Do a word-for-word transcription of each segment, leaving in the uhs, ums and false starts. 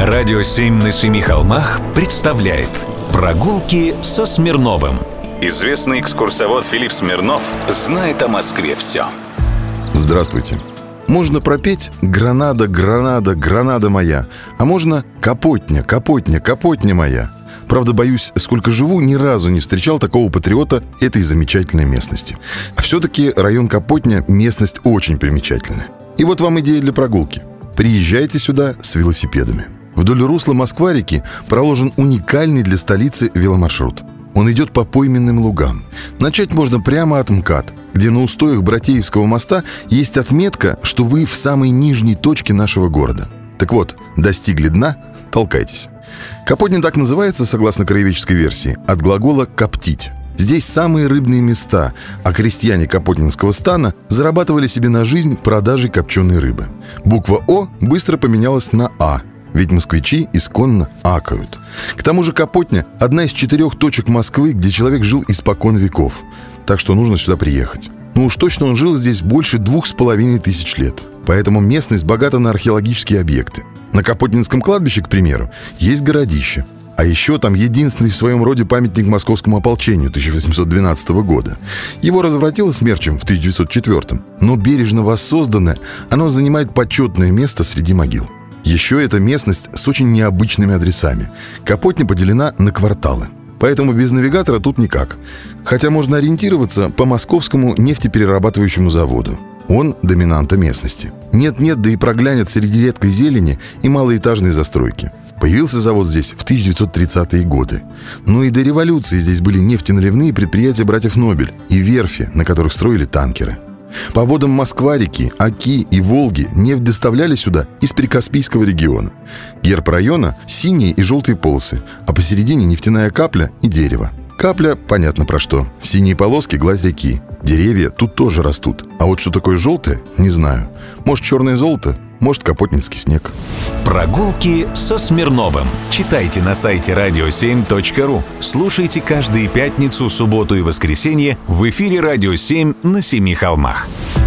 Радио семь на семи холмах представляет «Прогулки со Смирновым». Известный экскурсовод Филипп Смирнов знает о Москве все. Здравствуйте. Можно пропеть «Гранада, Гранада, Гранада моя», а можно «Капотня, Капотня, Капотня моя». Правда, боюсь, сколько живу, ни разу не встречал такого патриота этой замечательной местности. А все-таки район Капотня – местность очень примечательная. И вот вам идея для прогулки. Приезжайте сюда с велосипедами. Вдоль русла Москва-реки проложен уникальный для столицы веломаршрут. Он идет по пойменным лугам. Начать можно прямо от МКАД, где на устоях Братеевского моста есть отметка, что вы в самой нижней точке нашего города. Так вот, достигли дна – толкайтесь. Капотня так называется, согласно краеведческой версии, от глагола «коптить». Здесь самые рыбные места, а крестьяне Капотнинского стана зарабатывали себе на жизнь продажей копченой рыбы. Буква «О» быстро поменялась на «А», ведь москвичи исконно акают. К тому же Капотня – одна из четырех точек Москвы, где человек жил испокон веков. Так что нужно сюда приехать. Ну уж точно он жил здесь больше двух с половиной тысяч лет. Поэтому местность богата на археологические объекты. На Капотнинском кладбище, к примеру, есть городище. А еще там единственный в своем роде памятник московскому ополчению тысяча восемьсот двенадцатого года. Его развратило смерчем в тысяча девятьсот четвёртом, но бережно воссозданное, оно занимает почетное место среди могил. Еще эта местность с очень необычными адресами. Капотня поделена на кварталы. Поэтому без навигатора тут никак. Хотя можно ориентироваться по московскому нефтеперерабатывающему заводу. Он доминанта местности. Нет-нет, да и проглянет среди редкой зелени и малоэтажной застройки. Появился завод здесь в тысяча девятьсот тридцатые годы. Но и до революции здесь были нефтеналивные предприятия братьев Нобель и верфи, на которых строили танкеры. По водам Москва-реки, Оки и Волги нефть доставляли сюда из Прикаспийского региона. Герб района – синие и желтые полосы, а посередине нефтяная капля и дерево. Капля – понятно про что. Синие полоски – гладь реки. Деревья тут тоже растут. А вот что такое желтое – не знаю. Может, черное золото, может, капотнинский снег. Прогулки со Смирновым. Читайте на сайте радио семь точка ру. Слушайте каждые пятницу, субботу и воскресенье в эфире «Радио семь на семи холмах».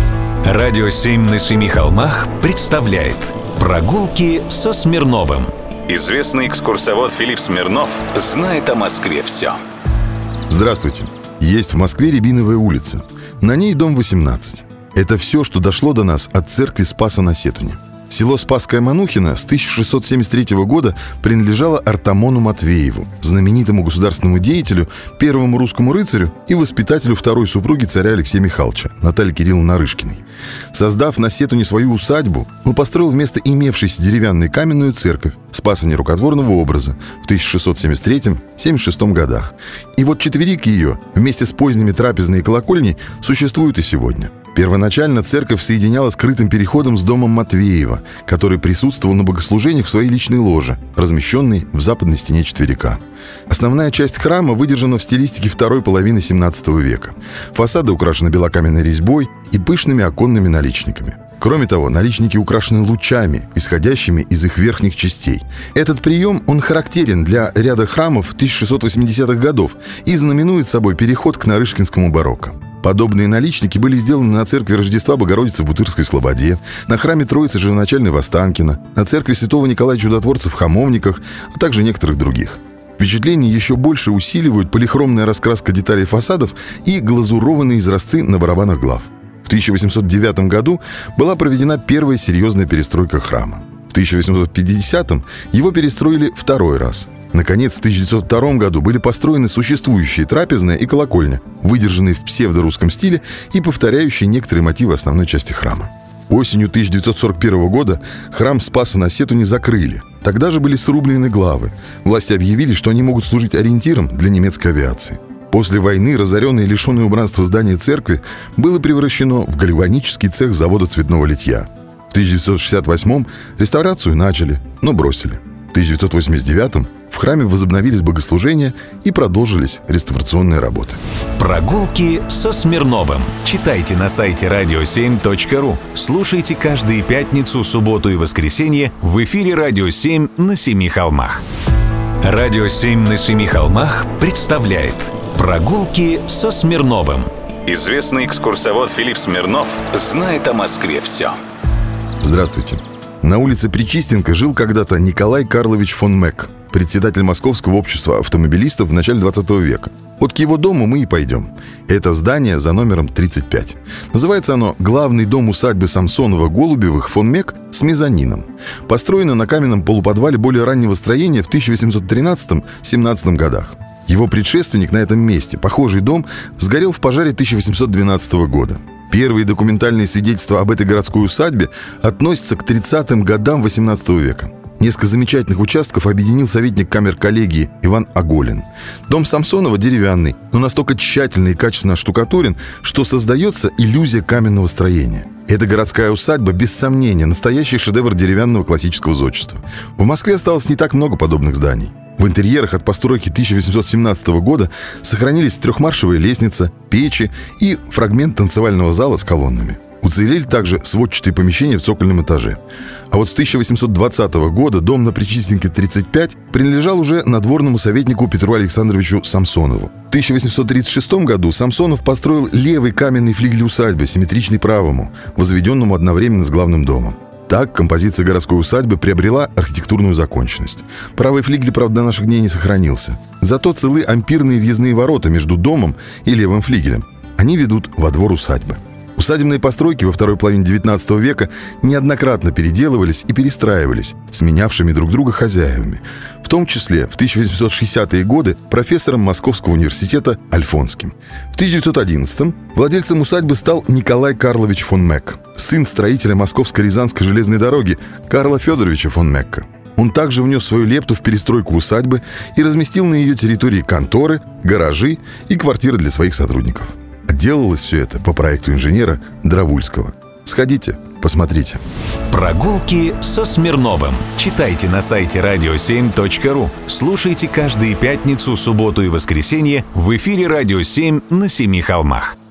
«Радио семь на семи холмах» представляет «Прогулки со Смирновым». Известный экскурсовод Филипп Смирнов знает о Москве все. Здравствуйте. Есть в Москве Рябиновая улица. На ней дом восемнадцать. Это все, что дошло до нас от церкви Спаса на Сетуне. Село Спасское-Манухино с тысяча шестьсот семьдесят третьего года принадлежало Артамону Матвееву, знаменитому государственному деятелю, первому русскому рыцарю и воспитателю второй супруги царя Алексея Михайловича, Натальи Кирилловны Нарышкиной. Создав на Сетуне свою усадьбу, он построил вместо имевшейся деревянной каменную церковь Спаса нерукотворного образа в тысяча шестьсот семьдесят третьем — семьдесят шестом годах. И вот четверик ее вместе с поздними трапезной и колокольней существует и сегодня. Первоначально церковь соединяла скрытым переходом с домом Матвеева, который присутствовал на богослужениях в своей личной ложе, размещенной в западной стене четверика. Основная часть храма выдержана в стилистике второй половины семнадцатого века. Фасады украшены белокаменной резьбой и пышными оконными наличниками. Кроме того, наличники украшены лучами, исходящими из их верхних частей. Этот прием, он характерен для ряда храмов тысяча шестьсот восьмидесятых годов и знаменует собой переход к нарышкинскому барокко. Подобные наличники были сделаны на церкви Рождества Богородицы в Бутырской Слободе, на храме Троицы Живоначальной в Останкино, на церкви Святого Николая Чудотворца в Хамовниках, а также некоторых других. Впечатление еще больше усиливают полихромная раскраска деталей фасадов и глазурованные изразцы на барабанах глав. В тысяча восемьсот девятом году была проведена первая серьезная перестройка храма. В тысяча восемьсот пятидесятом его перестроили второй раз. Наконец, в тысяча девятьсот втором году были построены существующие трапезная и колокольня, выдержанные в псевдорусском стиле и повторяющие некоторые мотивы основной части храма. Осенью тысяча девятьсот сорок первого года храм Спаса на Сетуне закрыли. Тогда же были срублены главы. Власти объявили, что они могут служить ориентиром для немецкой авиации. После войны разоренное и лишенное убранства здание церкви было превращено в гальванический цех завода цветного литья. В тысяча девятьсот шестьдесят восьмом реставрацию начали, но бросили. В тысяча девятьсот восемьдесят девятом в храме возобновились богослужения и продолжились реставрационные работы. Прогулки со Смирновым. Читайте на сайте радио семь точка ру. Слушайте каждые пятницу, субботу и воскресенье в эфире «Радио семь на семи холмах». «Радио семь на семи холмах» представляет «Прогулки со Смирновым». Известный экскурсовод Филипп Смирнов знает о Москве все. Здравствуйте. На улице Причистенко жил когда-то Николай Карлович фон Мек, председатель Московского общества автомобилистов в начале двадцатого века. Вот к его дому мы и пойдем. Это здание за номером тридцать пять. Называется оно «Главный дом усадьбы Самсонова-Голубевых фон Мек с мезонином». Построено на каменном полуподвале более раннего строения в тысяча восемьсот тринадцатом-семнадцатом годах. Его предшественник на этом месте, похожий дом, сгорел в пожаре тысяча восемьсот двенадцатого года. Первые документальные свидетельства об этой городской усадьбе относятся к тридцатым годам восемнадцатого века. Несколько замечательных участков объединил советник камер-коллегии Иван Оголин. Дом Самсонова деревянный, но настолько тщательно и качественно оштукатурен, что создается иллюзия каменного строения. Эта городская усадьба, без сомнения, настоящий шедевр деревянного классического зодчества. В Москве осталось не так много подобных зданий. В интерьерах от постройки тысяча восемьсот семнадцатого года сохранились трехмаршевая лестница, печи и фрагмент танцевального зала с колоннами. Уцелели также сводчатые помещения в цокольном этаже. А вот с тысяча восемьсот двадцатого года дом на Причистенке тридцать пять принадлежал уже надворному советнику Петру Александровичу Самсонову. В тысяча восемьсот тридцать шестом году Самсонов построил левый каменный флигель усадьбы, симметричный правому, возведенному одновременно с главным домом. Так композиция городской усадьбы приобрела архитектурную законченность. Правый флигель, правда, до наших дней не сохранился. Зато целы ампирные въездные ворота между домом и левым флигелем. Они ведут во двор усадьбы. Усадебные постройки во второй половине девятнадцатого века неоднократно переделывались и перестраивались сменявшими друг друга хозяевами. В том числе в тысяча восемьсот шестидесятые годы профессором Московского университета Альфонским. В тысяча девятьсот одиннадцатом владельцем усадьбы стал Николай Карлович фон Мек, сын строителя Московско-Рязанской железной дороги Карла Федоровича фон Мекка. Он также внес свою лепту в перестройку усадьбы и разместил на ее территории конторы, гаражи и квартиры для своих сотрудников. Делалось все это по проекту инженера Дровульского. Сходите, посмотрите. Прогулки со Смирновым. Читайте на сайте радио семь точка ру. Слушайте каждые пятницу, субботу и воскресенье в эфире «Радио семь» на Семи холмах.